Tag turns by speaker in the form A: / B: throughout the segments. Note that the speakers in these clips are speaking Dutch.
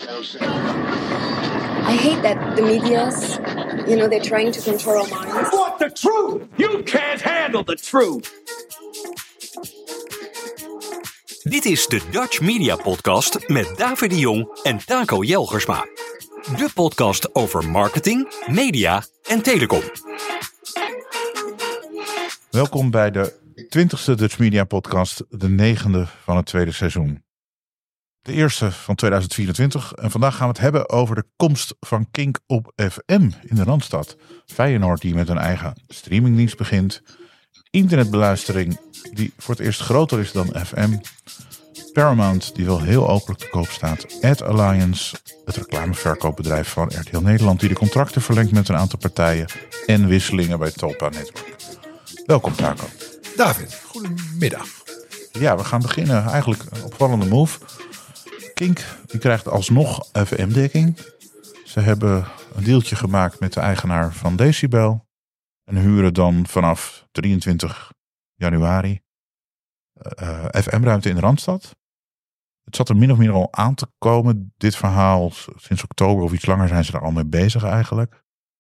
A: I hate that the media's, they're trying to control our minds.
B: I want the truth! You can't handle the truth!
C: Dit is de Dutch Media Podcast met David de Jong en Taco Jelgersma. De podcast over marketing, media en telecom.
D: Welkom bij de 20e Dutch Media Podcast, de 9e van het tweede seizoen. De eerste van 2024 en vandaag gaan we het hebben over de komst van Kink op FM in de Randstad. Feyenoord die met een eigen streamingdienst begint. Internetbeluistering die voor het eerst groter is dan FM. Paramount die wel heel openlijk te koop staat. Ad Alliance, het reclameverkoopbedrijf van RTL Nederland die de contracten verlengt met een aantal partijen. En wisselingen bij Talpa Network. Welkom Taco.
E: David, goedemiddag.
D: Ja, we gaan beginnen. Eigenlijk een opvallende move. Kink die krijgt alsnog FM-dekking. Ze hebben een deeltje gemaakt met de eigenaar van Decibel. En huren dan vanaf 23 januari FM-ruimte in de Randstad. Het zat er min of meer al aan te komen. Dit verhaal, sinds oktober of iets langer zijn ze er al mee bezig eigenlijk.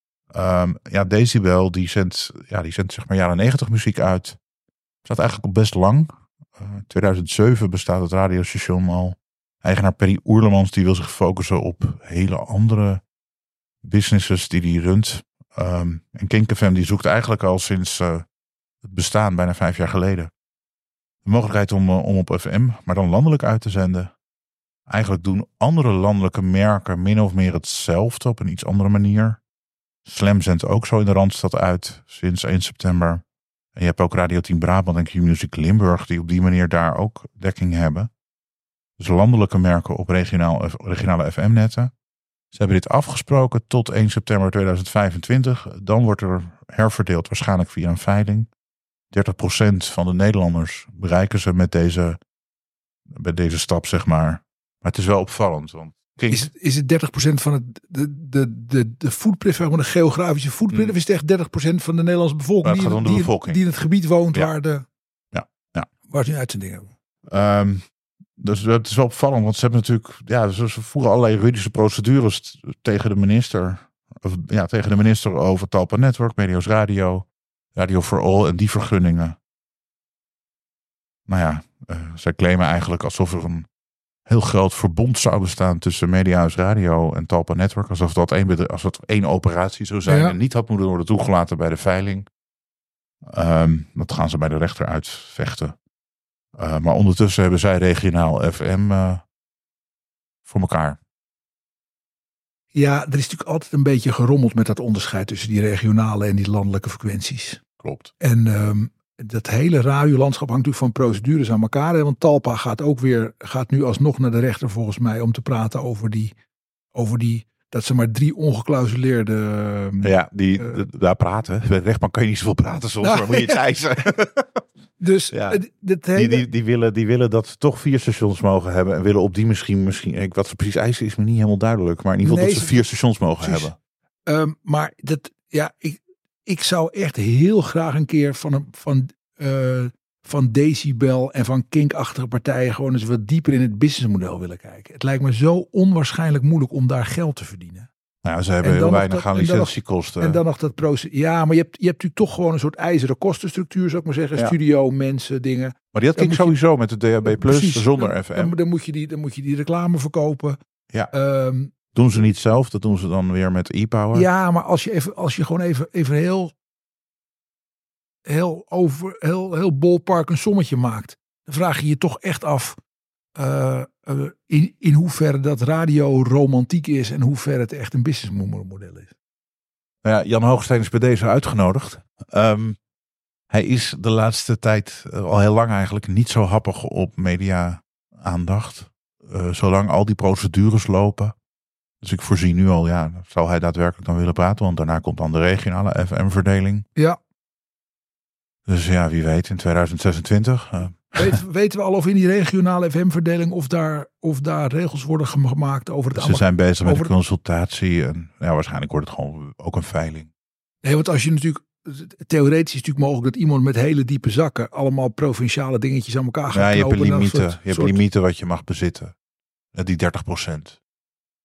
D: Decibel die zendt zeg maar jaren 90 muziek uit. Het staat eigenlijk al best lang. 2007 bestaat het radiostation al. Eigenaar Perry Oerlemans die wil zich focussen op hele andere businesses die hij runt. En Kink FM die zoekt eigenlijk al sinds het bestaan, bijna 5 jaar geleden, de mogelijkheid om op FM, maar dan landelijk uit te zenden. Eigenlijk doen andere landelijke merken min of meer hetzelfde op een iets andere manier. Slam zendt ook zo in de Randstad uit sinds 1 september. En je hebt ook Radio 10 Brabant en Q-Music Limburg die op die manier daar ook dekking hebben. Dus landelijke merken op regionale FM-netten. Ze hebben dit afgesproken tot 1 september 2025. Dan wordt er herverdeeld, waarschijnlijk via een veiling. 30% van de Nederlanders bereiken ze met deze stap, zeg maar. Maar het is wel opvallend. Want
E: is het 30% van de footprint, van de geografische footprint? Of is het echt 30% van de Nederlandse bevolking die in het gebied woont waar ze nu uitzending hebben?
D: Dus het is wel opvallend, want ze hebben natuurlijk, ze voeren allerlei juridische procedures tegen de minister over Talpa Network, Medios Radio, Radio for All en die vergunningen. Zij claimen eigenlijk alsof er een heel groot verbond zou bestaan tussen Mediahuis Radio en Talpa Network, alsof dat één operatie zou zijn en niet had moeten worden toegelaten bij de veiling. Dat gaan ze bij de rechter uitvechten. Maar ondertussen hebben zij regionaal FM voor elkaar.
E: Ja, er is natuurlijk altijd een beetje gerommeld met dat onderscheid tussen die regionale en die landelijke frequenties.
D: Klopt.
E: En dat hele radiolandschap hangt natuurlijk van procedures aan elkaar. Hè? Want Talpa gaat nu alsnog naar de rechter volgens mij om te praten over die dat ze maar 3 ongeclausuleerde...
D: daar praten. Bij de rechtbank kan je niet zoveel praten soms, maar moet je het eisen.
E: Dus
D: die willen dat ze toch 4 stations mogen hebben. En willen op die misschien wat ze precies eisen is me niet helemaal duidelijk. Maar in ieder geval dat ze 4 stations mogen hebben.
E: Maar ik zou echt heel graag een keer van Decibel en van Kink-achtige partijen gewoon eens wat dieper in het businessmodel willen kijken. Het lijkt me zo onwaarschijnlijk moeilijk om daar geld te verdienen.
D: Nou, ze hebben heel weinig aan licentiekosten.
E: En dan nog dat proces. Ja, maar je hebt natuurlijk toch gewoon een soort ijzeren kostenstructuur, zou ik maar zeggen. Ja. Studio, mensen, dingen.
D: Maar die had Kink sowieso met de DAB+, zonder FM.
E: Dan moet je die reclame verkopen.
D: Ja. Doen ze niet zelf, dat doen ze dan weer met e-power.
E: Ja, maar als je gewoon even heel ballpark een sommetje maakt, dan vraag je je toch echt af in hoeverre dat radio romantiek is en hoe ver het echt een businessmodel is.
D: Jan Hoogstein is bij deze uitgenodigd. Hij is de laatste tijd al heel lang eigenlijk niet zo happig op media aandacht. Zolang al die procedures lopen. Dus ik voorzie nu al, zou hij daadwerkelijk dan willen praten, want daarna komt dan de regionale FM-verdeling.
E: Ja.
D: Dus wie weet, in 2026.
E: Weten we al of in die regionale FM-verdeling of daar regels worden gemaakt over het...
D: Ze zijn bezig met de consultatie en waarschijnlijk wordt het gewoon ook een veiling.
E: Nee, want als je natuurlijk... Theoretisch is het natuurlijk mogelijk dat iemand met hele diepe zakken allemaal provinciale dingetjes aan elkaar gaat knopen.
D: Je hebt limieten wat je mag bezitten. Die 30%.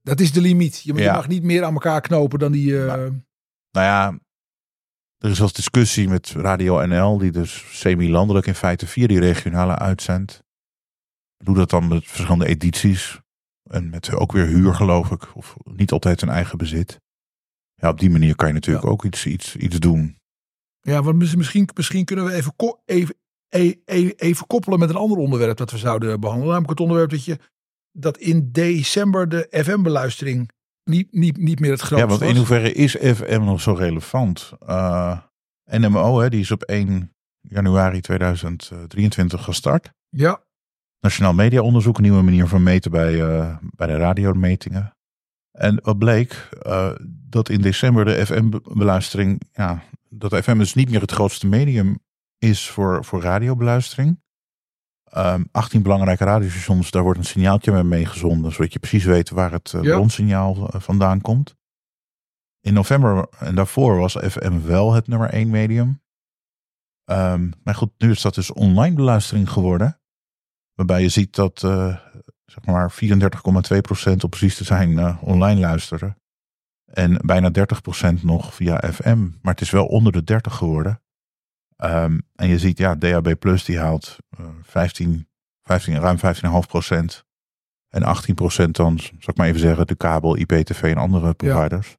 E: Dat is de limiet. Je mag niet meer aan elkaar knopen dan die...
D: Nou ja, er is wel eens discussie met Radio NL, die dus semi-landelijk in feite via die regionale uitzendt. Doe dat dan met verschillende edities. En met ook weer huur, geloof ik. Of niet altijd een eigen bezit. Ja, op die manier kan je natuurlijk ook iets doen.
E: Ja, want misschien kunnen we even koppelen met een ander onderwerp dat we zouden behandelen. Namelijk het onderwerp dat in december de FM-beluistering niet meer het grootste was.
D: Ja, want in hoeverre is FM nog zo relevant? NMO, die is op 1 januari 2023 gestart.
E: Ja.
D: Nationaal Mediaonderzoek, een nieuwe manier van meten bij de radiometingen. En wat bleek, dat in december de FM-beluistering, dat FM dus niet meer het grootste medium is voor radiobeluistering. 18 belangrijke radiostations, daar wordt een signaaltje mee gezonden, zodat je precies weet waar het bronsignaal vandaan komt. In november en daarvoor was FM wel het nummer 1 medium. Maar goed, nu is dat dus online beluistering geworden. Waarbij je ziet dat zeg maar 34,2% om precies te zijn online luisteren. En bijna 30% nog via FM. Maar het is wel onder de 30 geworden. En je ziet, DAB Plus die haalt ruim 15,5%. En 18% dan, zal ik maar even zeggen, de kabel, IPTV en andere providers.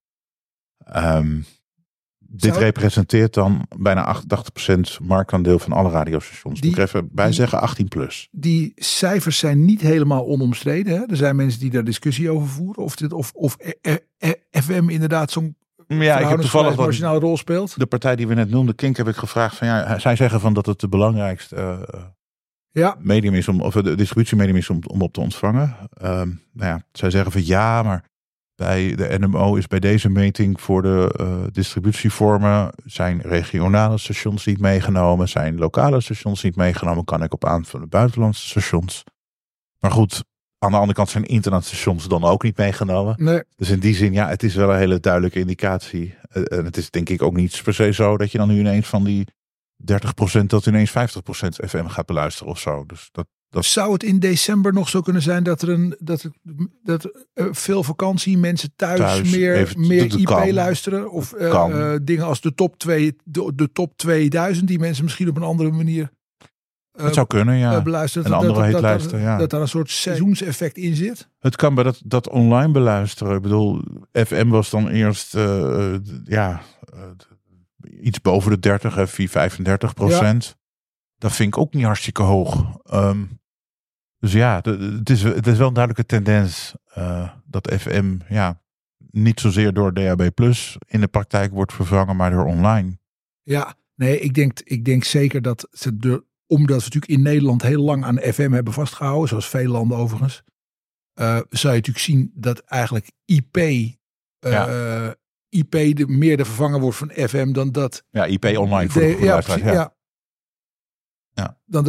D: Dit representeert dan bijna 88% marktaandeel van alle radiostations. Moet ik even bij zeggen, 18 plus.
E: Die cijfers zijn niet helemaal onomstreden. Hè? Er zijn mensen die daar discussie over voeren. Of FM inderdaad zo'n
D: ik heb toevallig
E: marginale rol speelt.
D: De partij die we net noemden, Kink, heb ik gevraagd van zij zeggen van dat het de belangrijkste medium is of de distributiemedium is om op te ontvangen. Zij zeggen van maar bij de NMO is bij deze meting voor de distributievormen zijn regionale stations niet meegenomen, zijn lokale stations niet meegenomen, kan ik op aan van de buitenlandse stations. Maar goed, aan de andere kant zijn internetstations dan ook niet meegenomen. Nee. Dus in die zin, het is wel een hele duidelijke indicatie. En het is denk ik ook niet per se zo dat je dan nu ineens van die 30% tot ineens 50% FM gaat beluisteren of zo. Dus dat
E: zou het in december nog zo kunnen zijn dat er veel vakantie, mensen thuis meer IP luisteren? Of dingen als de top 2000 die mensen misschien op een andere manier
D: het zou kunnen,
E: beluisteren.
D: En andere hitlijsten,
E: dat daar een soort seizoenseffect in zit.
D: Het kan bij dat online beluisteren. Ik bedoel, FM was dan eerst iets boven de 30, 35%. Ja. Dat vind ik ook niet hartstikke hoog. Dus het is wel een duidelijke tendens dat FM niet zozeer door DAB Plus in de praktijk wordt vervangen, maar door online. Ja,
E: nee, ik denk zeker dat omdat we natuurlijk in Nederland heel lang aan FM hebben vastgehouden, zoals veel landen overigens, zou je natuurlijk zien dat eigenlijk IP meer de vervanger wordt van FM dan dat.
D: Ja, IP online voor de luisteraar.
E: Dan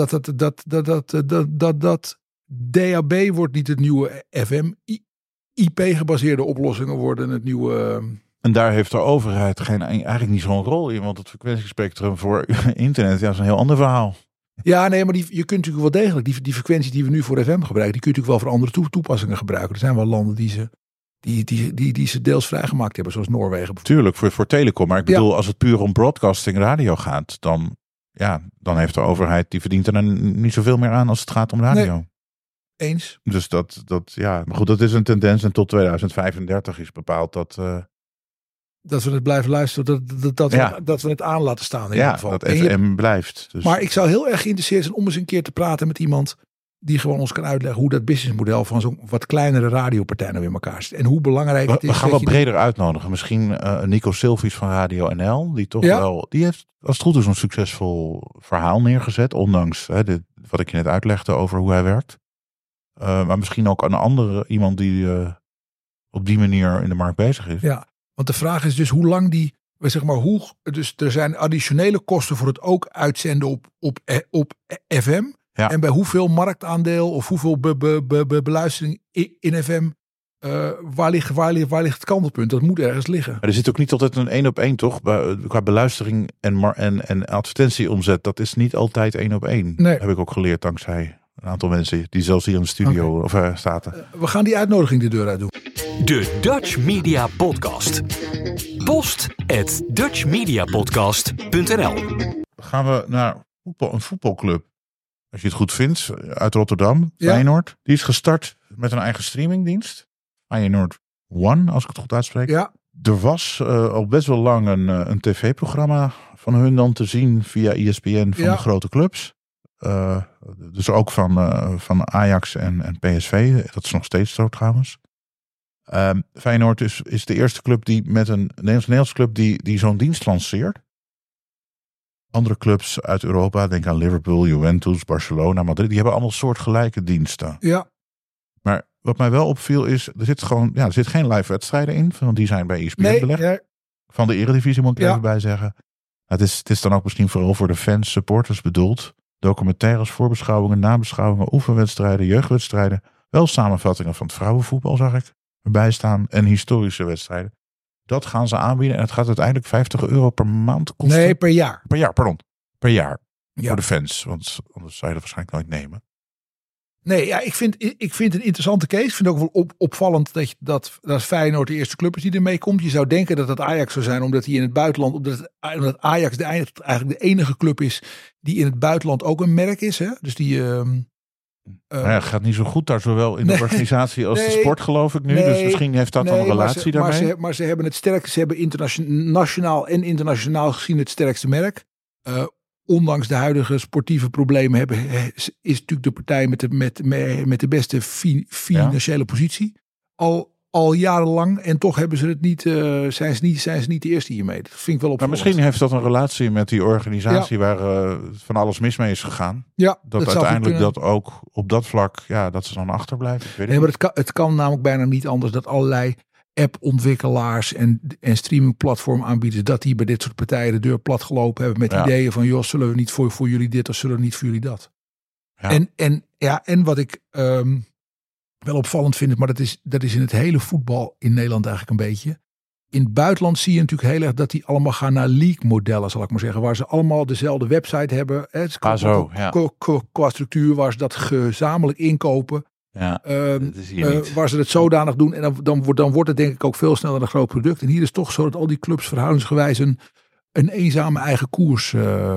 E: dat DAB wordt niet het nieuwe FM. IP-gebaseerde oplossingen worden het nieuwe.
D: En daar heeft de overheid eigenlijk niet zo'n rol in, want het frequentiespectrum voor internet is een heel ander verhaal.
E: Ja, nee, maar je kunt natuurlijk wel degelijk die frequenties die we nu voor FM gebruiken, die kun je natuurlijk wel voor andere toepassingen gebruiken. Er zijn wel landen die ze deels vrijgemaakt hebben, zoals Noorwegen.
D: Tuurlijk, voor telecom. Maar ik bedoel, als het puur om broadcasting radio gaat, dan heeft de overheid, die verdient er dan niet zoveel meer aan als het gaat om radio.
E: Nee. Eens.
D: Dus maar goed, dat is een tendens en tot 2035 is bepaald dat
E: we het blijven luisteren, dat we het aan laten staan in ieder geval.
D: Dat FM blijft. Dus.
E: Maar ik zou heel erg geïnteresseerd zijn om eens een keer te praten met iemand die gewoon ons kan uitleggen hoe dat businessmodel van zo'n wat kleinere radiopartij nou in elkaar zit. En hoe belangrijk het is.
D: We gaan wat breder uitnodigen. Misschien Nico Silvies van Radio NL. Die toch wel, die heeft als het goed is een succesvol verhaal neergezet. Ondanks wat ik je net uitlegde over hoe hij werkt. Maar misschien ook een andere iemand die op die manier in de markt bezig is.
E: Ja, want de vraag is dus hoe lang dus er zijn additionele kosten voor het ook uitzenden op FM. Ja. En bij hoeveel marktaandeel of hoeveel beluistering in FM, waar ligt het kantelpunt? Dat moet ergens liggen.
D: Maar er zit ook niet altijd een 1-op-1 toch? Qua beluistering en advertentieomzet, dat is niet altijd 1-op-1. Nee. Heb ik ook geleerd dankzij een aantal mensen die zelfs hier in de studio of zaten.
E: We gaan die uitnodiging de deur uit doen.
C: De Dutch Media Podcast. post@dutchmediapodcast.nl.
D: Gaan we naar een voetbalclub. Als je het goed vindt, uit Rotterdam, Feyenoord. Die is gestart met een eigen streamingdienst. Feyenoord One, als ik het goed uitspreek.
E: Ja.
D: Er was al best wel lang een tv-programma van hun dan te zien via ESPN van de grote clubs. Dus ook van Ajax en PSV. Dat is nog steeds zo trouwens. Feyenoord is de eerste club die met een Nederlandse club die zo'n dienst lanceert. Andere clubs uit Europa, denk aan Liverpool, Juventus, Barcelona, Madrid, die hebben allemaal soortgelijke diensten. Ja. Maar wat mij wel opviel is, er zit geen live wedstrijden in, want die zijn bij ESPN belegd. Ja. Van de Eredivisie moet ik even bij zeggen. Het is dan ook misschien vooral voor de fans, supporters bedoeld. Documentaires, voorbeschouwingen, nabeschouwingen, oefenwedstrijden, jeugdwedstrijden. Wel samenvattingen van het vrouwenvoetbal zag ik erbij staan en historische wedstrijden. Dat gaan ze aanbieden en het gaat uiteindelijk €50 per maand kosten.
E: Nee, per jaar.
D: Per jaar. Ja. Voor de fans, want anders zou je dat waarschijnlijk nooit nemen.
E: Nee, ja, ik vind het een interessante case. Ik vind het ook wel opvallend dat Feyenoord de eerste club is die ermee komt. Je zou denken dat het Ajax zou zijn, omdat hij in het buitenland, omdat Ajax eigenlijk de enige club is die in het buitenland ook een merk is. Hè? Dus die.
D: Het gaat niet zo goed daar, zowel in de organisatie als de sport, geloof ik nu. Dus misschien heeft dat dan een relatie daarmee.
E: Maar ze hebben het sterkste, ze hebben nationaal en internationaal gezien het sterkste merk. Ondanks de huidige sportieve problemen is natuurlijk de partij met de beste financiële positie al jarenlang. En toch hebben ze het niet, zijn ze niet de eerste hiermee. Dat vind ik wel opvallend.
D: Maar misschien heeft dat een relatie met die organisatie waar van alles mis mee is gegaan. Ja, dat uiteindelijk dat ook op dat vlak, dat ze dan achterblijven.
E: Maar het kan namelijk bijna niet anders dat allerlei appontwikkelaars en streamingplatformaanbieders, dat die bij dit soort partijen de deur plat gelopen hebben met ideeën van, joh, zullen we niet voor jullie dit of zullen we niet voor jullie dat? Ja. En wat ik wel opvallend vind, maar dat is in het hele voetbal in Nederland eigenlijk een beetje. In het buitenland zie je natuurlijk heel erg dat die allemaal gaan naar league-modellen, zal ik maar zeggen, waar ze allemaal dezelfde website hebben. Qua structuur, waar ze dat gezamenlijk inkopen. Ja, waar ze het zodanig doen. En dan wordt het denk ik ook veel sneller een groot product. En hier is het toch zo dat al die clubs verhoudingsgewijs een eenzame eigen koers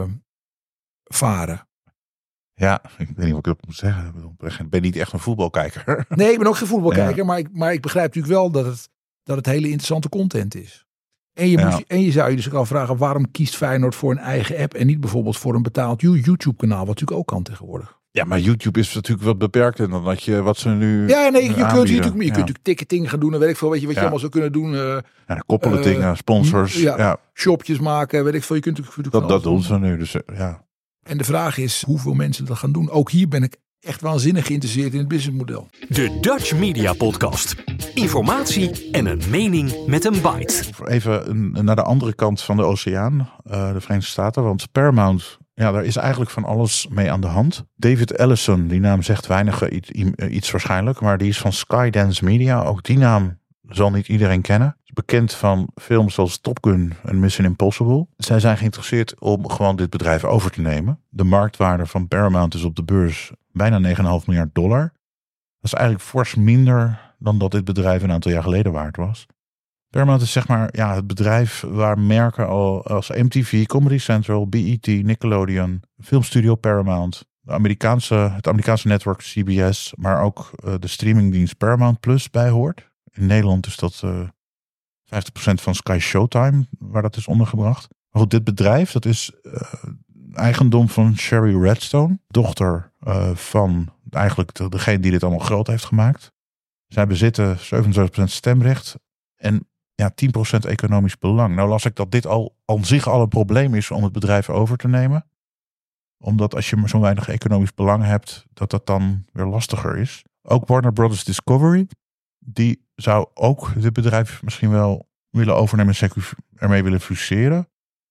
E: varen.
D: Ja, ik weet niet wat ik dat moet zeggen. Ik ben niet echt een voetbalkijker.
E: Nee, ik ben ook geen voetbalkijker. Maar ik begrijp natuurlijk wel dat het hele interessante content is. En je zou je dus ook afvragen, waarom kiest Feyenoord voor een eigen app en niet bijvoorbeeld voor een betaald YouTube-kanaal, wat natuurlijk ook kan tegenwoordig.
D: Ja, maar YouTube is natuurlijk wat beperkter dan wat ze nu.
E: Ja, nee, je kunt natuurlijk ticketing gaan doen en weet ik veel, weet je wat je allemaal zou kunnen doen.
D: Koppelen dingen, sponsors,
E: shopjes maken, weet ik veel. Je kunt natuurlijk
D: dat doen ze nu, dus ja.
E: En de vraag is hoeveel mensen dat gaan doen. Ook hier ben ik echt waanzinnig geïnteresseerd in het businessmodel.
C: De Dutch Media Podcast. Informatie en een mening met een bite.
D: Even naar de andere kant van de oceaan, de Verenigde Staten. Want Paramount, daar is eigenlijk van alles mee aan de hand. David Ellison, die naam zegt weinig iets waarschijnlijk. Maar die is van Skydance Media. Ook die naam zal niet iedereen kennen. Is bekend van films zoals Top Gun en Mission Impossible. Zij zijn geïnteresseerd om gewoon dit bedrijf over te nemen. De marktwaarde van Paramount is op de beurs bijna $9,5 miljard. Dat is eigenlijk fors minder dan dat dit bedrijf een aantal jaar geleden waard was. Paramount is zeg maar het bedrijf waar merken als MTV, Comedy Central, BET, Nickelodeon, Filmstudio Paramount, het Amerikaanse netwerk CBS, maar ook de streamingdienst Paramount Plus bij hoort. In Nederland is dat 50% van Sky Showtime, waar dat is ondergebracht. Maar goed, dit bedrijf, dat is eigendom van Sherry Redstone, dochter van eigenlijk degene die dit allemaal groot heeft gemaakt. Zij bezitten 77% stemrecht en 10% economisch belang. Nou las ik dat dit al aan zich al een probleem is om het bedrijf over te nemen. Omdat als je maar zo weinig economisch belang hebt, dat dan weer lastiger is. Ook Warner Brothers Discovery, die zou ook dit bedrijf misschien wel willen overnemen en ermee willen fuseren.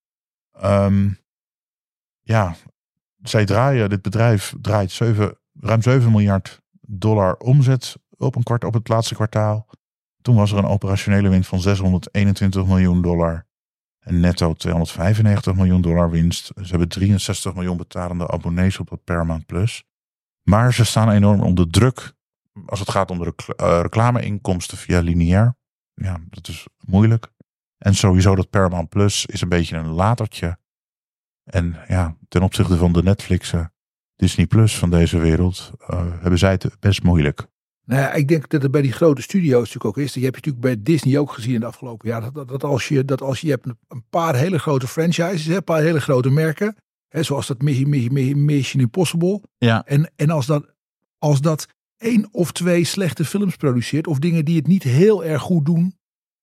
D: Dit bedrijf draait ruim $7 miljard omzet op het laatste kwartaal. Toen was er een operationele winst van $621 miljoen en netto $295 miljoen winst. Ze hebben 63 miljoen betalende abonnees op het Paramount Plus. Maar ze staan enorm onder druk als het gaat om de reclameinkomsten via lineair. Ja, dat is moeilijk. En sowieso dat Paramount Plus is een beetje een latertje. En ja, ten opzichte van de Netflixen, Disney Plus van deze wereld, hebben zij het best moeilijk.
E: Nou ja, ik denk dat het bij die grote studio's natuurlijk ook is. Je hebt natuurlijk bij Disney ook gezien in de afgelopen jaar. Dat als je hebt een paar hele grote franchises, een paar hele grote merken. Hè, zoals dat Mission Impossible.
D: Ja.
E: En als dat 1 of 2 slechte films produceert. Of dingen die het niet heel erg goed doen.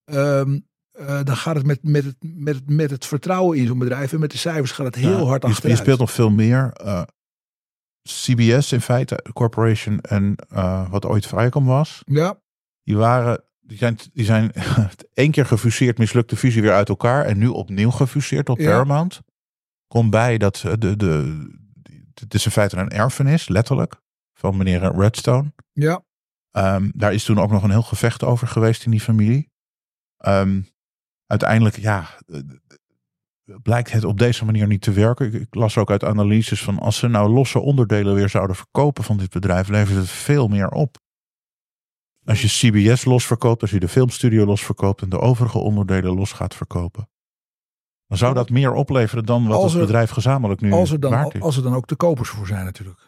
E: Dan gaat het met het vertrouwen in zo'n bedrijf. En met de cijfers gaat het heel hard achteruit.
D: Je speelt nog veel meer. CBS in feite, Corporation en wat ooit Viacom was.
E: Ja.
D: Die zijn 1 keer gefuseerd, mislukte fusie weer uit elkaar. En nu opnieuw gefuseerd tot Paramount. Komt bij dat het is in feite een erfenis, letterlijk, van meneer Redstone.
E: Ja.
D: Daar is toen ook nog een heel gevecht over geweest in die familie. Uiteindelijk, blijkt het op deze manier niet te werken. Ik las ook uit analyses van als ze nou losse onderdelen weer zouden verkopen van dit bedrijf, levert het veel meer op. Als je CBS los verkoopt, als je de filmstudio los verkoopt en de overige onderdelen los gaat verkopen, dan zou dat meer opleveren dan wat het bedrijf gezamenlijk nu waard is.
E: Als er dan ook de kopers voor zijn natuurlijk.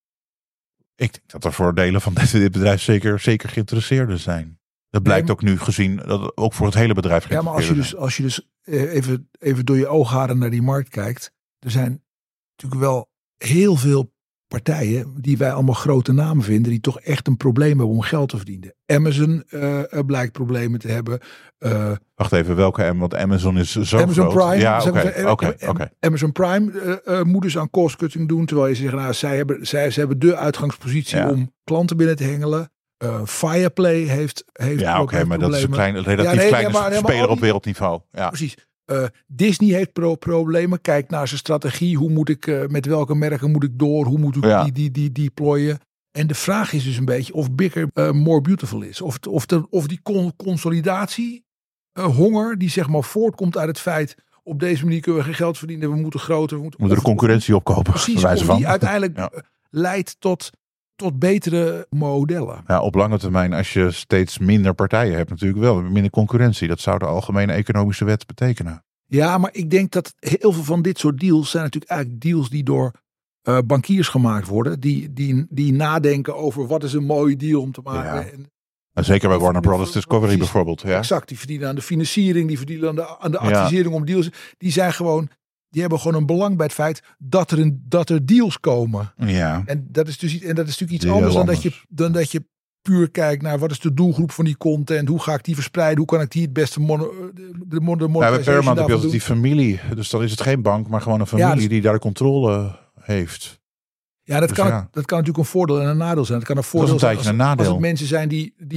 D: Ik denk dat er voor delen van dit bedrijf zeker geïnteresseerden zijn. Dat blijkt ook nu gezien, dat ook voor het hele bedrijf geïnteresseerd is.
E: Maar als je dus even door je oogharen naar die markt kijkt. Er zijn natuurlijk wel heel veel partijen die wij allemaal grote namen vinden. Die toch echt een probleem hebben om geld te verdienen. Amazon blijkt problemen te hebben.
D: Wacht even, welke want Amazon is zo
E: Amazon
D: groot.
E: Prime.
D: Ja, oké.
E: Amazon Prime moet dus aan cost cutting doen. Terwijl je zegt, nou, zij hebben de uitgangspositie om klanten binnen te hengelen. Fireplay heeft
D: maar dat is een relatief kleine speler op wereldniveau. Ja.
E: Precies. Disney heeft problemen. Kijk naar zijn strategie. Hoe moet ik, met welke merken moet ik door? Hoe moet ik die deployen? En de vraag is dus een beetje of bigger more beautiful is. Of die consolidatie honger die zeg maar voortkomt uit het feit op deze manier kunnen we geen geld verdienen. We moeten groter. We moeten
D: de concurrentie opkopen.
E: Precies. Of die uiteindelijk leidt tot betere modellen.
D: Ja, op lange termijn, als je steeds minder partijen hebt, natuurlijk wel minder concurrentie. Dat zou de algemene economische wet betekenen.
E: Ja, maar ik denk dat heel veel van dit soort deals zijn natuurlijk eigenlijk deals die door bankiers gemaakt worden. Die nadenken over wat is een mooie deal om te maken.
D: Ja. En zeker bij Warner Brothers Discovery bijvoorbeeld. Ja.
E: Exact, die verdienen aan de financiering, die verdienen aan de advisering om deals. Die hebben gewoon een belang bij het feit dat er deals komen.
D: Ja.
E: En dat is natuurlijk iets anders dan dat je puur kijkt naar wat is de doelgroep van die content. Hoe ga ik die verspreiden? Hoe kan ik die het beste de monetisatie
D: bij Paramount heb je altijd die familie. Dus dan is het geen bank, maar gewoon een familie die daar de controle heeft.
E: Ja, dat kan natuurlijk een voordeel en een nadeel zijn. Het kan een voordeel zijn als het mensen zijn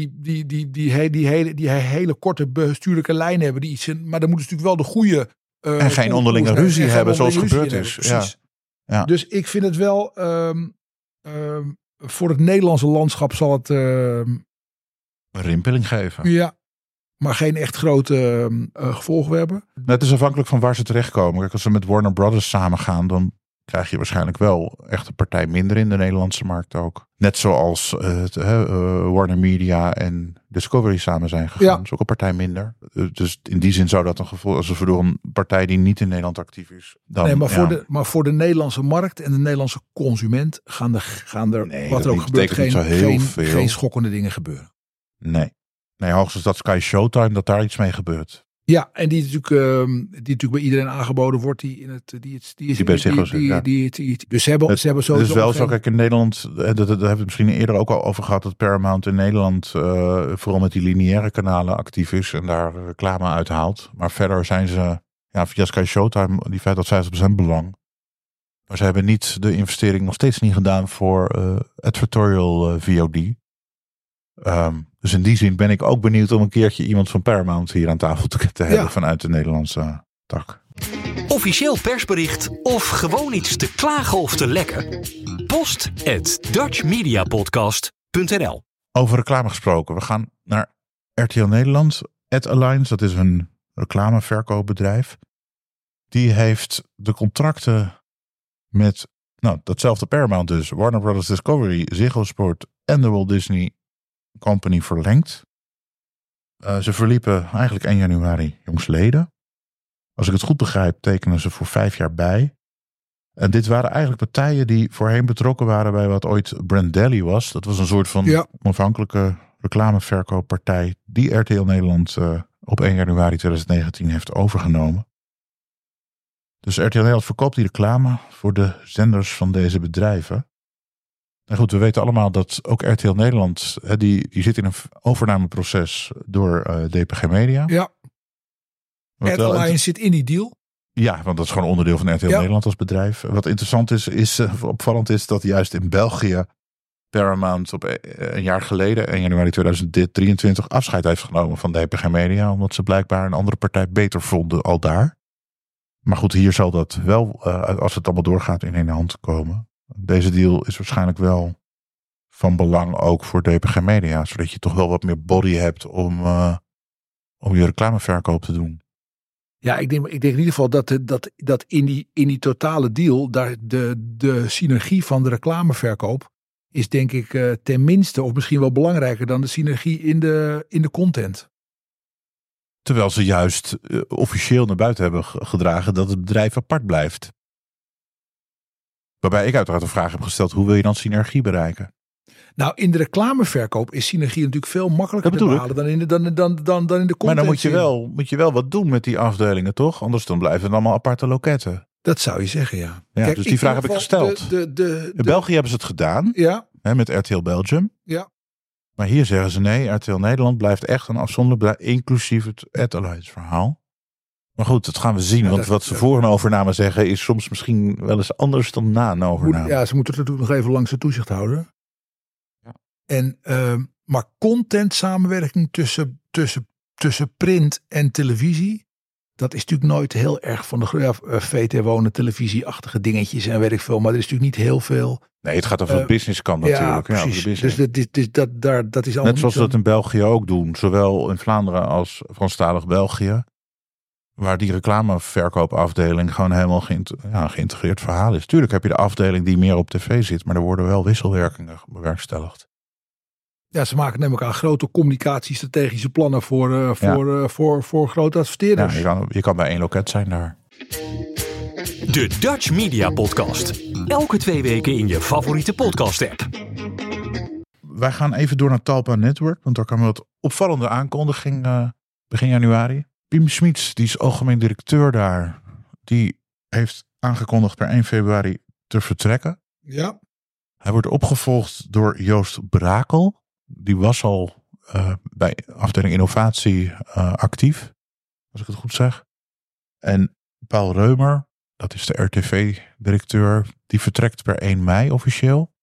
E: die hele korte bestuurlijke lijn hebben. Maar dan moeten ze natuurlijk wel de goede
D: en geen onderlinge ruzie hebben zoals gebeurd is. Ja.
E: Dus ik vind het wel voor het Nederlandse landschap zal het
D: een rimpeling geven.
E: Ja, maar geen echt grote gevolgen hebben.
D: Het is afhankelijk van waar ze terechtkomen. Kijk, als ze met Warner Brothers samengaan, dan krijg je waarschijnlijk wel echt een partij minder in de Nederlandse markt ook. Net zoals Warner Media en Discovery samen zijn gegaan. Ja. Dat is ook een partij minder. Dus in die zin zou dat een gevolg als voor een partij die niet in Nederland actief is. Dan,
E: nee, maar voor de Nederlandse markt en de Nederlandse consument gaan er wat er ook gebeurt geen schokkende dingen gebeuren.
D: Nee, hoogstens dat Sky Showtime, dat daar iets mee gebeurt.
E: Ja, en die natuurlijk bij iedereen aangeboden wordt. Dus ze hebben sowieso.
D: Het is wel zo, kijk, in Nederland, daar hebben we misschien eerder ook al over gehad, dat Paramount in Nederland vooral met die lineaire kanalen actief is en daar reclame uithaalt. Maar verder zijn ze via Sky Showtime die 50% belang. Maar ze hebben niet de investering nog steeds niet gedaan voor advertorial VOD. Dus in die zin ben ik ook benieuwd om een keertje iemand van Paramount hier aan tafel te hebben vanuit de Nederlandse tak.
C: Officieel persbericht of gewoon iets te klagen of te lekken? post@dutchmediapodcast.nl.
D: Over reclame gesproken. We gaan naar RTL Nederland. AdAlliance, dat is een reclameverkoopbedrijf. Die heeft de contracten met Nou, datzelfde Paramount dus. Warner Brothers Discovery, Ziggo Sport en de Walt Disney Company verlengd. Ze verliepen eigenlijk 1 januari jongsleden. Als ik het goed begrijp, tekenen ze voor 5 jaar bij. En dit waren eigenlijk partijen die voorheen betrokken waren bij wat ooit Brandely was. Dat was een soort van onafhankelijke reclameverkooppartij die RTL Nederland op 1 januari 2019 heeft overgenomen. Dus RTL Nederland verkoopt die reclame voor de zenders van deze bedrijven. En goed, we weten allemaal dat ook RTL Nederland, die zit in een overnameproces door DPG Media.
E: Ja. RTL Alliance zit in die deal.
D: Ja, want dat is gewoon onderdeel van RTL Nederland als bedrijf. Wat interessant is opvallend is dat juist in België Paramount op een jaar geleden, 1 januari 2023, afscheid heeft genomen van DPG Media. Omdat ze blijkbaar een andere partij beter vonden al daar. Maar goed, hier zal dat wel, als het allemaal doorgaat, in één hand komen. Deze deal is waarschijnlijk wel van belang ook voor DPG Media. Zodat je toch wel wat meer body hebt om je reclameverkoop te doen.
E: Ja, ik denk in ieder geval dat in die totale deal, daar de synergie van de reclameverkoop is denk ik tenminste of misschien wel belangrijker dan de synergie in de content.
D: Terwijl ze juist officieel naar buiten hebben gedragen dat het bedrijf apart blijft. Waarbij ik uiteraard de vraag heb gesteld, hoe wil je dan synergie bereiken?
E: Nou, in de reclameverkoop is synergie natuurlijk veel makkelijker te behalen dan in de content.
D: Maar dan moet je wel wat doen met die afdelingen, toch? Anders dan blijven het allemaal aparte loketten.
E: Dat zou je zeggen, ja.
D: Kijk, dus die vraag heb ik gesteld. In België hebben ze het gedaan.
E: Ja.
D: Met RTL Belgium.
E: Ja.
D: Maar hier zeggen ze nee, RTL Nederland blijft echt een afzonderlijk, inclusief het RTL Alliance verhaal. Maar goed, dat gaan we zien. Want wat ze voor een overname zeggen is soms misschien wel eens anders dan na een overname.
E: Ja, ze moeten natuurlijk nog even langs de toezicht houden. Ja. En, maar content samenwerking tussen print en televisie, dat is natuurlijk nooit heel erg van de VT Wonen televisieachtige dingetjes en weet ik veel. Maar er is natuurlijk niet heel veel.
D: Nee, het gaat over de businesskant natuurlijk.
E: Ja, precies.
D: Ja,
E: dus dat is allemaal
D: net zoals ze dat in België ook doen. Zowel in Vlaanderen als Franstalig België. Waar die reclameverkoopafdeling gewoon helemaal geïntegreerd verhaal is. Tuurlijk heb je de afdeling die meer op tv zit. Maar er worden wel wisselwerkingen bewerkstelligd.
E: Ja, ze maken namelijk aan grote communicatiestrategische plannen voor grote adverteerders.
D: Ja, je kan bij 1 loket zijn daar.
C: De Dutch Media Podcast. Elke 2 weken in je favoriete podcast app.
D: Wij gaan even door naar Talpa Network. Want daar kwam wat opvallende aankondiging begin januari. Pim Smits, die is algemeen directeur daar. Die heeft aangekondigd per 1 februari te vertrekken.
E: Ja.
D: Hij wordt opgevolgd door Joost Brakel. Die was al bij afdeling innovatie actief. Als ik het goed zeg. En Paul Reumer, dat is de RTV-directeur. Die vertrekt per 1 mei officieel.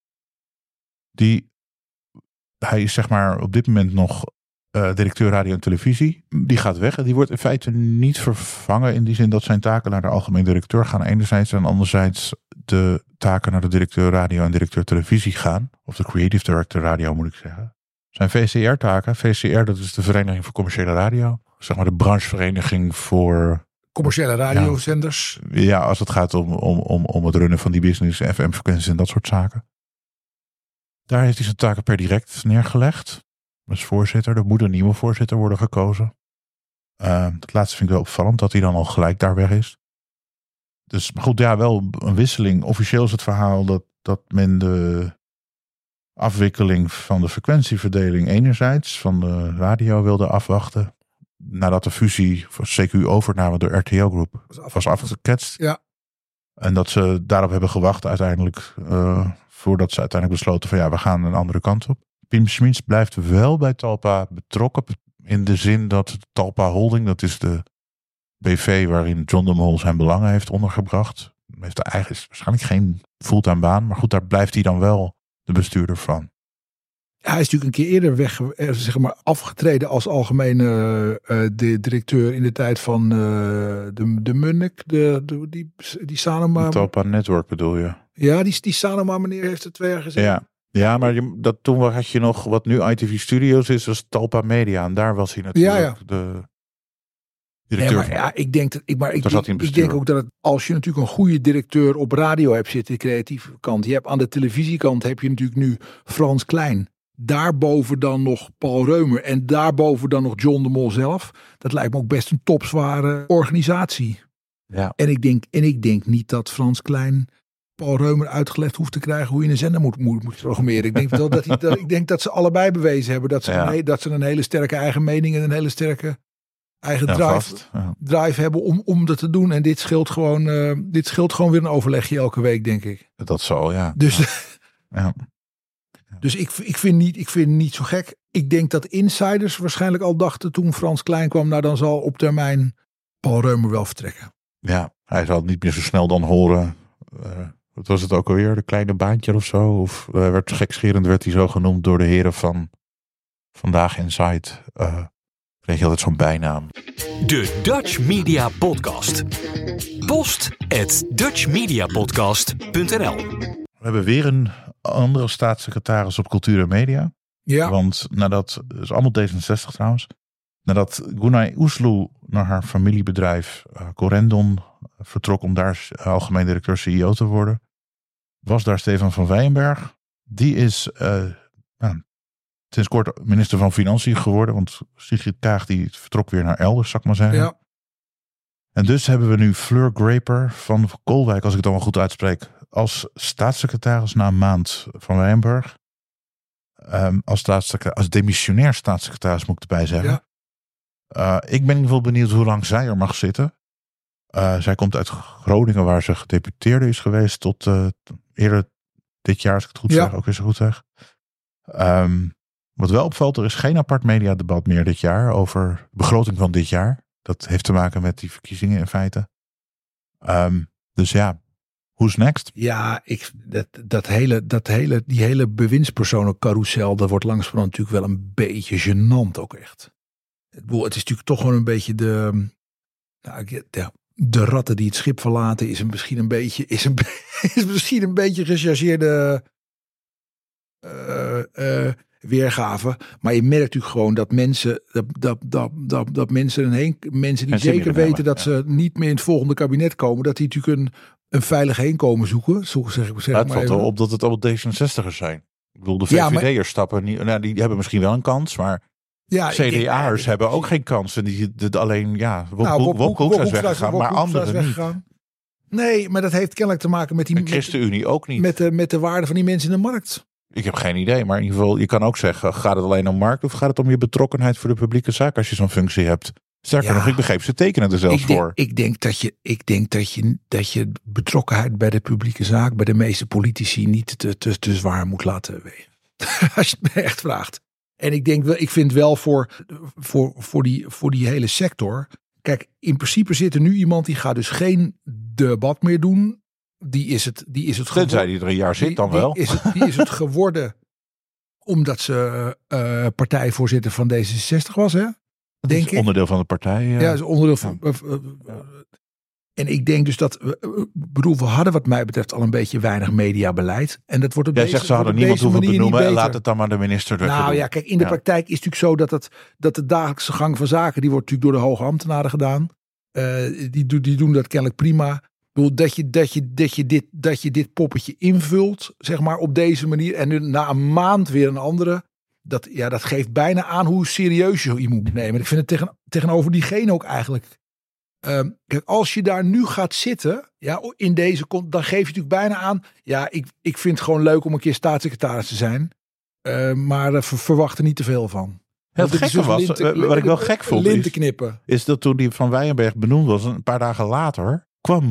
D: Hij is zeg maar op dit moment nog directeur radio en televisie. Die gaat weg en die wordt in feite niet vervangen. In die zin dat zijn taken naar de algemeen directeur gaan enerzijds. En anderzijds de taken naar de directeur radio en directeur televisie gaan. Of de creative director radio moet ik zeggen. Zijn VCR-taken. VCR, dat is de Vereniging voor Commerciële Radio. Zeg maar de branchevereniging voor
E: commerciële radiozenders.
D: Ja, als het gaat om het runnen van die business, FM-frequenties en dat soort zaken. Daar heeft hij zijn taken per direct neergelegd. Als voorzitter. Er moet een nieuwe voorzitter worden gekozen. Dat laatste vind ik wel opvallend, dat hij dan al gelijk daar weg is. Dus maar goed, ja, wel een wisseling. Officieel is het verhaal dat men de afwikkeling van de frequentieverdeling enerzijds van de radio wilde afwachten. Nadat de fusie van CQ-overname door RTL Group was afgeketst. Ja. En dat ze daarop hebben gewacht uiteindelijk. Voordat ze uiteindelijk besloten van we gaan een andere kant op. Pim Smits blijft wel bij Talpa betrokken. In de zin dat Talpa Holding, dat is de BV waarin John de Mol zijn belangen heeft ondergebracht. Heeft eigenlijk waarschijnlijk geen fulltime baan. Maar goed, daar blijft hij dan wel de bestuurder van.
E: Ja, hij is natuurlijk een keer eerder afgetreden als algemene directeur in de tijd van de Munnik. Die Sanoma.
D: Talpa Network bedoel je?
E: Ja, die Sanoma meneer heeft er 2 jaar gezeten.
D: Ja, maar toen had je nog wat nu ITV Studios is, was Talpa Media. En daar was hij natuurlijk directeur van.
E: Ja, ik denk dat, ik
D: Daar zat hij in
E: ik
D: bestuur.
E: denk ook dat als je natuurlijk een goede directeur op radio hebt zitten, de creatieve kant. Je hebt aan de televisiekant heb je natuurlijk nu Frans Klein. Daarboven dan nog Paul Reumer. En daarboven dan nog John de Mol zelf. Dat lijkt me ook best een topzware organisatie.
D: Ja.
E: En ik denk niet dat Frans Klein Paul Reumer uitgelegd hoeft te krijgen hoe je een zender moet programmeren. Ik denk wel ik denk dat ze allebei bewezen hebben dat ze een hele sterke eigen mening en een hele sterke eigen drive hebben om dat te doen. En dit scheelt gewoon weer een overlegje elke week, denk ik.
D: Dat zal, ja.
E: Dus,
D: Ja.
E: dus ik vind niet zo gek. Ik denk dat insiders waarschijnlijk al dachten toen Frans Klein kwam, nou dan zal op termijn Paul Reumer wel vertrekken.
D: Ja, hij zal het niet meer zo snel dan horen. Wat was het ook alweer? De kleine baantje of zo? Of werd gekscherend werd hij zo genoemd door de heren van Vandaag Inside. Kreeg je altijd zo'n bijnaam.
C: De Dutch Media Podcast. post@dutchmediapodcast.nl.
D: We hebben weer een andere staatssecretaris op cultuur en media.
E: Ja.
D: Want nadat, dat is allemaal D66 trouwens. Nadat Gunay Oesloe naar haar familiebedrijf Corendon vertrok om daar algemeen directeur CEO te worden, was daar Stefan van Weyenberg. Die is sinds kort minister van Financiën geworden. Want Sigrid Kaag die vertrok weer naar elders, zal ik maar zeggen.
E: Ja.
D: En dus hebben we nu Fleur Graper van Kolwijk, als ik het dan wel goed uitspreek, als staatssecretaris na een maand van Weyenberg. Als demissionair staatssecretaris moet ik erbij zeggen.
E: Ja.
D: Ik ben in ieder geval benieuwd hoe lang zij er mag zitten. Zij komt uit Groningen, waar ze gedeputeerde is geweest tot eerder dit jaar, als ik het goed zeg. Ook weer zo goed zeg. Wat wel opvalt, er is geen apart mediadebat meer dit jaar over de begroting van dit jaar. Dat heeft te maken met die verkiezingen in feite. Dus ja, who's next?
E: Ja, die hele bewindspersonencarousel, dat wordt langzamerhand natuurlijk wel een beetje gênant ook echt. Het is natuurlijk toch gewoon een beetje de ratten die het schip verlaten is misschien een beetje gechargeerde weergave. Maar je merkt natuurlijk gewoon dat mensen die zeker weten dat ze niet meer in het volgende kabinet komen, dat die natuurlijk een veilig heenkomen zoeken. Zo zeg ik
D: het valt wel op dat het allemaal D66'ers zijn. Ik bedoel, de VVD'ers stappen niet. Nou, die hebben misschien wel een kans, maar CDA'ers hebben ook geen kans. En die alleen, Wop Hoekstra is weggegaan, maar anderen niet.
E: Nee, maar dat heeft kennelijk te maken met die...
D: De ChristenUnie ook niet.
E: Met de waarde van die mensen in de markt.
D: Ik heb geen idee, maar in ieder geval, je kan ook zeggen, gaat het alleen om markt of gaat het om je betrokkenheid voor de publieke zaak als je zo'n functie hebt? Sterker nog, ik begreep, ze tekenen er zelfs voor.
E: Ik denk dat je betrokkenheid bij de publieke zaak, bij de meeste politici niet te zwaar moet laten wegen. Als je het me echt vraagt. En ik vind wel voor die hele sector. Kijk, in principe zit er nu iemand die gaat dus geen debat meer doen. Die is het geworden.
D: Tenzij die er een jaar zit dan wel.
E: Die is het geworden omdat ze partijvoorzitter van D66 was, hè? Denk ik.
D: Onderdeel van de partij.
E: Ja, is onderdeel van. En ik denk dus dat, we hadden wat mij betreft al een beetje weinig mediabeleid. En dat wordt op
D: Jij zegt ze hadden niemand hoeven benoemen en laat het dan maar de minister doen.
E: Nou ja, kijk, in de praktijk is het natuurlijk zo dat de dagelijkse gang van zaken, die wordt natuurlijk door de hoge ambtenaren gedaan. Die doen dat kennelijk prima. Ik bedoel, dat je dit poppetje invult, zeg maar, op deze manier. En nu na een maand weer een andere. Dat geeft bijna aan hoe serieus je moet nemen. Ik vind het tegenover diegene ook eigenlijk. Kijk, als je daar nu gaat zitten, in deze dan geef je natuurlijk bijna aan. Ja, ik vind het gewoon leuk om een keer staatssecretaris te zijn. Maar verwacht er niet te veel van.
D: Het gekke was, wat ik wel gek vond, is dat toen die Van Weyenberg benoemd was, een paar dagen later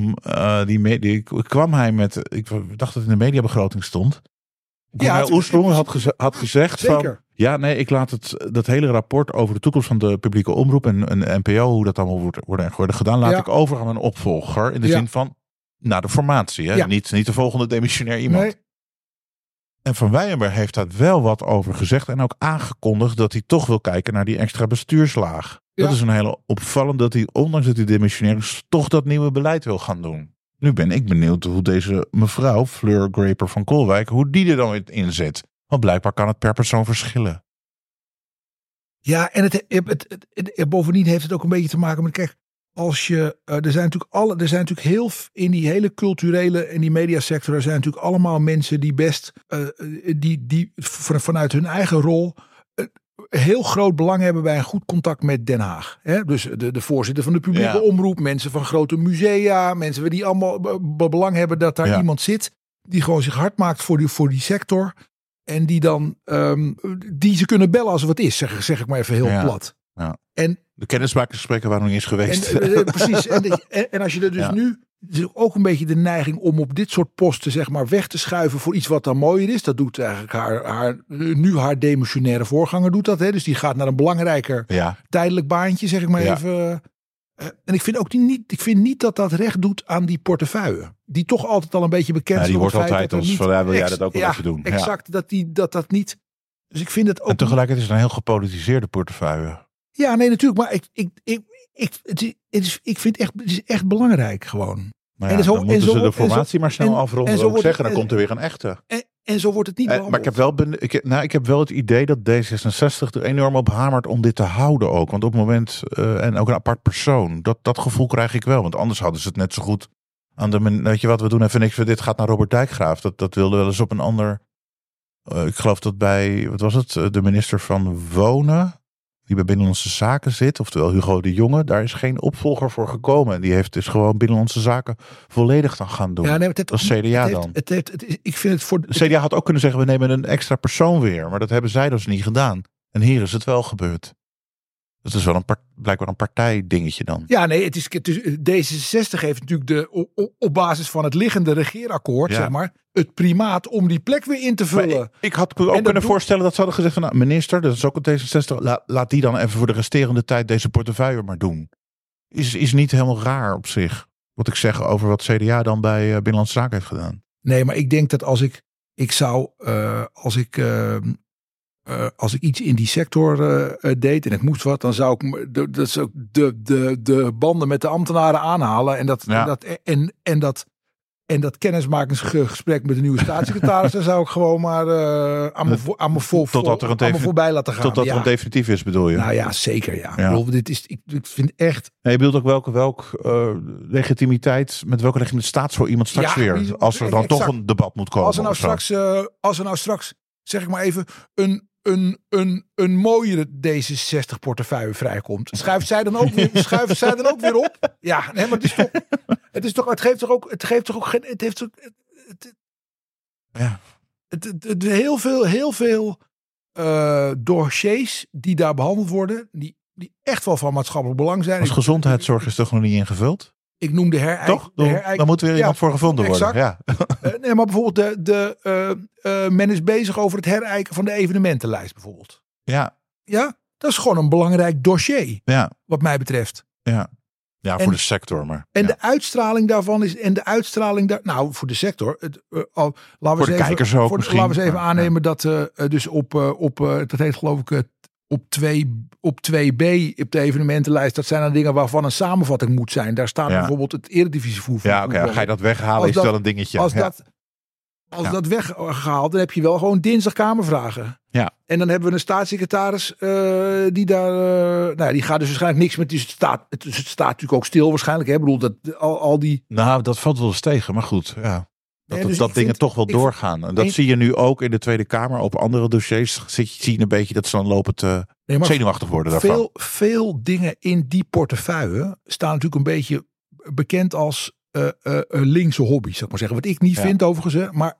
D: kwam hij met, ik dacht dat het in de mediabegroting stond. Oesloe had gezegd van, ik laat dat hele rapport over de toekomst van de publieke omroep en NPO, hoe dat allemaal wordt gedaan, laat ik over aan een opvolger. In de zin van, na de formatie. Hè? Ja. Niet de volgende demissionair iemand. Nee. En Van Weyenberg heeft daar wel wat over gezegd en ook aangekondigd dat hij toch wil kijken naar die extra bestuurslaag. Ja. Dat is een hele opvallend dat hij, ondanks dat hij demissionair is, toch dat nieuwe beleid wil gaan doen. Nu ben ik benieuwd hoe deze mevrouw, Fleur Graper van Kolwijk, hoe die er dan in zit. Want blijkbaar kan het per persoon verschillen.
E: Ja, en bovendien heeft het ook een beetje te maken met, kijk, er zijn natuurlijk heel in die hele culturele en die mediasector, er zijn natuurlijk allemaal mensen die best die vanuit hun eigen rol heel groot belang hebben bij een goed contact met Den Haag. Hè? Dus de voorzitter van de publieke omroep, mensen van grote musea, mensen die allemaal belang hebben dat daar iemand zit die gewoon zich hard maakt voor die sector en die dan die ze kunnen bellen als er wat is, zeg ik maar even heel plat.
D: Ja.
E: En
D: de kennismakersgesprekken waren nog niet eens geweest.
E: Precies. En als je er dus nu... Het is ook een beetje de neiging om op dit soort posten zeg maar weg te schuiven voor iets wat dan mooier is. Dat doet eigenlijk haar demissionaire voorganger doet dat. Hè? Dus die gaat naar een belangrijker tijdelijk baantje, zeg ik maar even. En ik vind niet dat recht doet aan die portefeuille. Die toch altijd al een beetje bekend is.
D: Die wordt altijd als van, wil jij dat ook wel even doen?
E: Exact, dat niet... Dus ik vind het ook...
D: En tegelijkertijd is het een heel gepolitiseerde portefeuille.
E: Ja, nee, natuurlijk. Maar ik vind het is echt belangrijk gewoon.
D: Nou ja, dan moeten ze de formatie maar snel afronden. Dan komt er weer een echte.
E: En zo wordt het niet behandeld.
D: Maar ik heb wel het idee dat D66 er enorm op hamert om dit te houden ook. Want op het moment, en ook een apart persoon, dat gevoel krijg ik wel. Want anders hadden ze het net zo goed aan de... Weet je wat, we doen even niks. Dit gaat naar Robert Dijkgraaf. Dat wilde wel eens op een ander... ik geloof dat bij, wat was het? De minister van Wonen... die bij Binnenlandse Zaken zit, oftewel Hugo de Jonge, daar is geen opvolger voor gekomen. En die heeft dus gewoon Binnenlandse Zaken volledig dan gaan doen. Ja, nee, dat is CDA dan.
E: Ik vind het voor...
D: De CDA had ook kunnen zeggen, we nemen een extra persoon weer. Maar dat hebben zij dus niet gedaan. En hier is het wel gebeurd. Dat is wel blijkbaar een partijdingetje dan.
E: Ja, nee, D66 heeft natuurlijk op basis van het liggende regeerakkoord, zeg maar, het primaat om die plek weer in te vullen.
D: Ik had me ook kunnen voorstellen dat ze hadden gezegd van, nou, minister, dat is ook een D66, laat die dan even voor de resterende tijd deze portefeuille maar doen. Is niet helemaal raar op zich. Wat ik zeg over wat CDA dan bij Binnenlandse Zaken heeft gedaan.
E: Nee, maar ik denk dat als ik iets in die sector deed en ik moest wat, dan zou ik de banden met de ambtenaren aanhalen en dat kennismakingsgesprek met de nieuwe staatssecretaris, dan zou ik gewoon maar aan me voorbij laten gaan.
D: Totdat er een definitief is, bedoel je?
E: Nou ja, zeker ja. Bedoel, ik vind echt...
D: Nee, je bedoelt ook welke legitimiteit, met welke legitimiteit staat voor iemand straks weer? Als er dan toch een debat moet komen.
E: Als er nou straks, zeg ik maar even, een mooiere D66 portefeuille vrijkomt. Schuift zij dan ook weer op? Ja, nee, maar het geeft toch ook heel veel dossiers die daar behandeld worden, die echt wel van maatschappelijk belang zijn.
D: Als gezondheidszorg is toch nog niet ingevuld?
E: Ik noem de herijking.
D: Toch? Dan moet weer iemand voor gevonden worden. Ja.
E: Nee, maar bijvoorbeeld men is bezig over het herijken van de evenementenlijst bijvoorbeeld.
D: Ja.
E: Ja, dat is gewoon een belangrijk dossier. Ja. Wat mij betreft.
D: Ja. Ja, voor de sector. Maar,
E: de uitstraling daarvan is... Nou, voor de sector. Laten we eens even aannemen dat dus dat heet geloof ik... Op 2B, op de evenementenlijst, dat zijn dan dingen waarvan een samenvatting moet zijn. Daar staat bijvoorbeeld het eredivisievoetbal.
D: Ja, oké. Ga je dat weghalen, is dat een dingetje.
E: Als dat weggehaald, dan heb je wel gewoon dinsdag kamervragen. Ja. En dan hebben we een staatssecretaris die daar... die gaat dus waarschijnlijk niks met... Het staat natuurlijk ook stil waarschijnlijk. Hè? Ik bedoel, al die...
D: Nou, dat valt wel eens tegen, maar goed, ja. Dat dingen toch wel doorgaan. En dat zie je nu ook in de Tweede Kamer. Op andere dossiers zie je een beetje dat ze dan lopend zenuwachtig worden daarvan. Veel
E: dingen in die portefeuille staan natuurlijk een beetje bekend als linkse hobby, zou ik maar zeggen. Wat ik niet vind overigens. Maar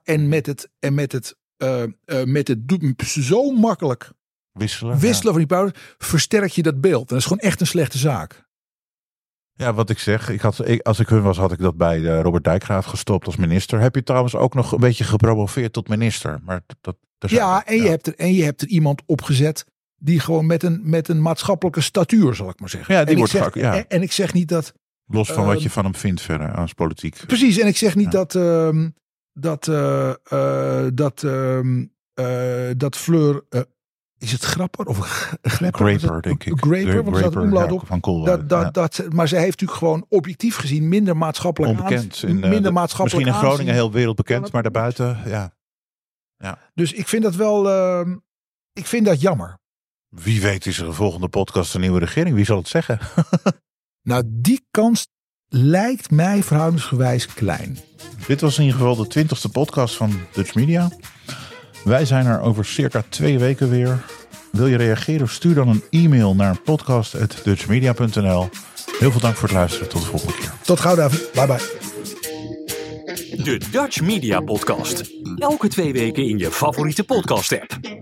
E: met het zo makkelijk wisselen van die pauze, versterk je dat beeld. En dat is gewoon echt een slechte zaak.
D: Ja, wat ik zeg, als ik hun was, had ik dat bij Robert Dijkgraaf gestopt als minister. Heb je trouwens ook nog een beetje gepromoveerd tot minister? Maar
E: je hebt er iemand opgezet die gewoon met een maatschappelijke statuur, zal ik maar zeggen.
D: Ja,
E: en ik zeg niet dat...
D: Los van wat je van hem vindt verder als politiek.
E: Precies, en ik zeg niet dat Fleur... is het Grapper of
D: Graper, denk ik.
E: Graper, want er staat omlaut op.
D: Van Koolwijk,
E: maar zij heeft natuurlijk gewoon objectief gezien minder maatschappelijk
D: onbekend.
E: Minder maatschappelijk
D: misschien in Groningen heel wereldbekend, maar daarbuiten, ja.
E: Dus ik vind dat wel... ik vind dat jammer.
D: Wie weet is er een volgende podcast een nieuwe regering. Wie zal het zeggen?
E: Nou, die kans lijkt mij verhoudingsgewijs klein.
D: Dit was in ieder geval de 20e podcast van Dutch Media. Wij zijn er over circa 2 weken weer. Wil je reageren of stuur dan een e-mail naar podcast@dutchmedia.nl. Heel veel dank voor het luisteren. Tot de volgende keer.
E: Tot gauw, David. Bye bye.
C: De Dutch Media Podcast. Elke 2 weken in je favoriete podcast app.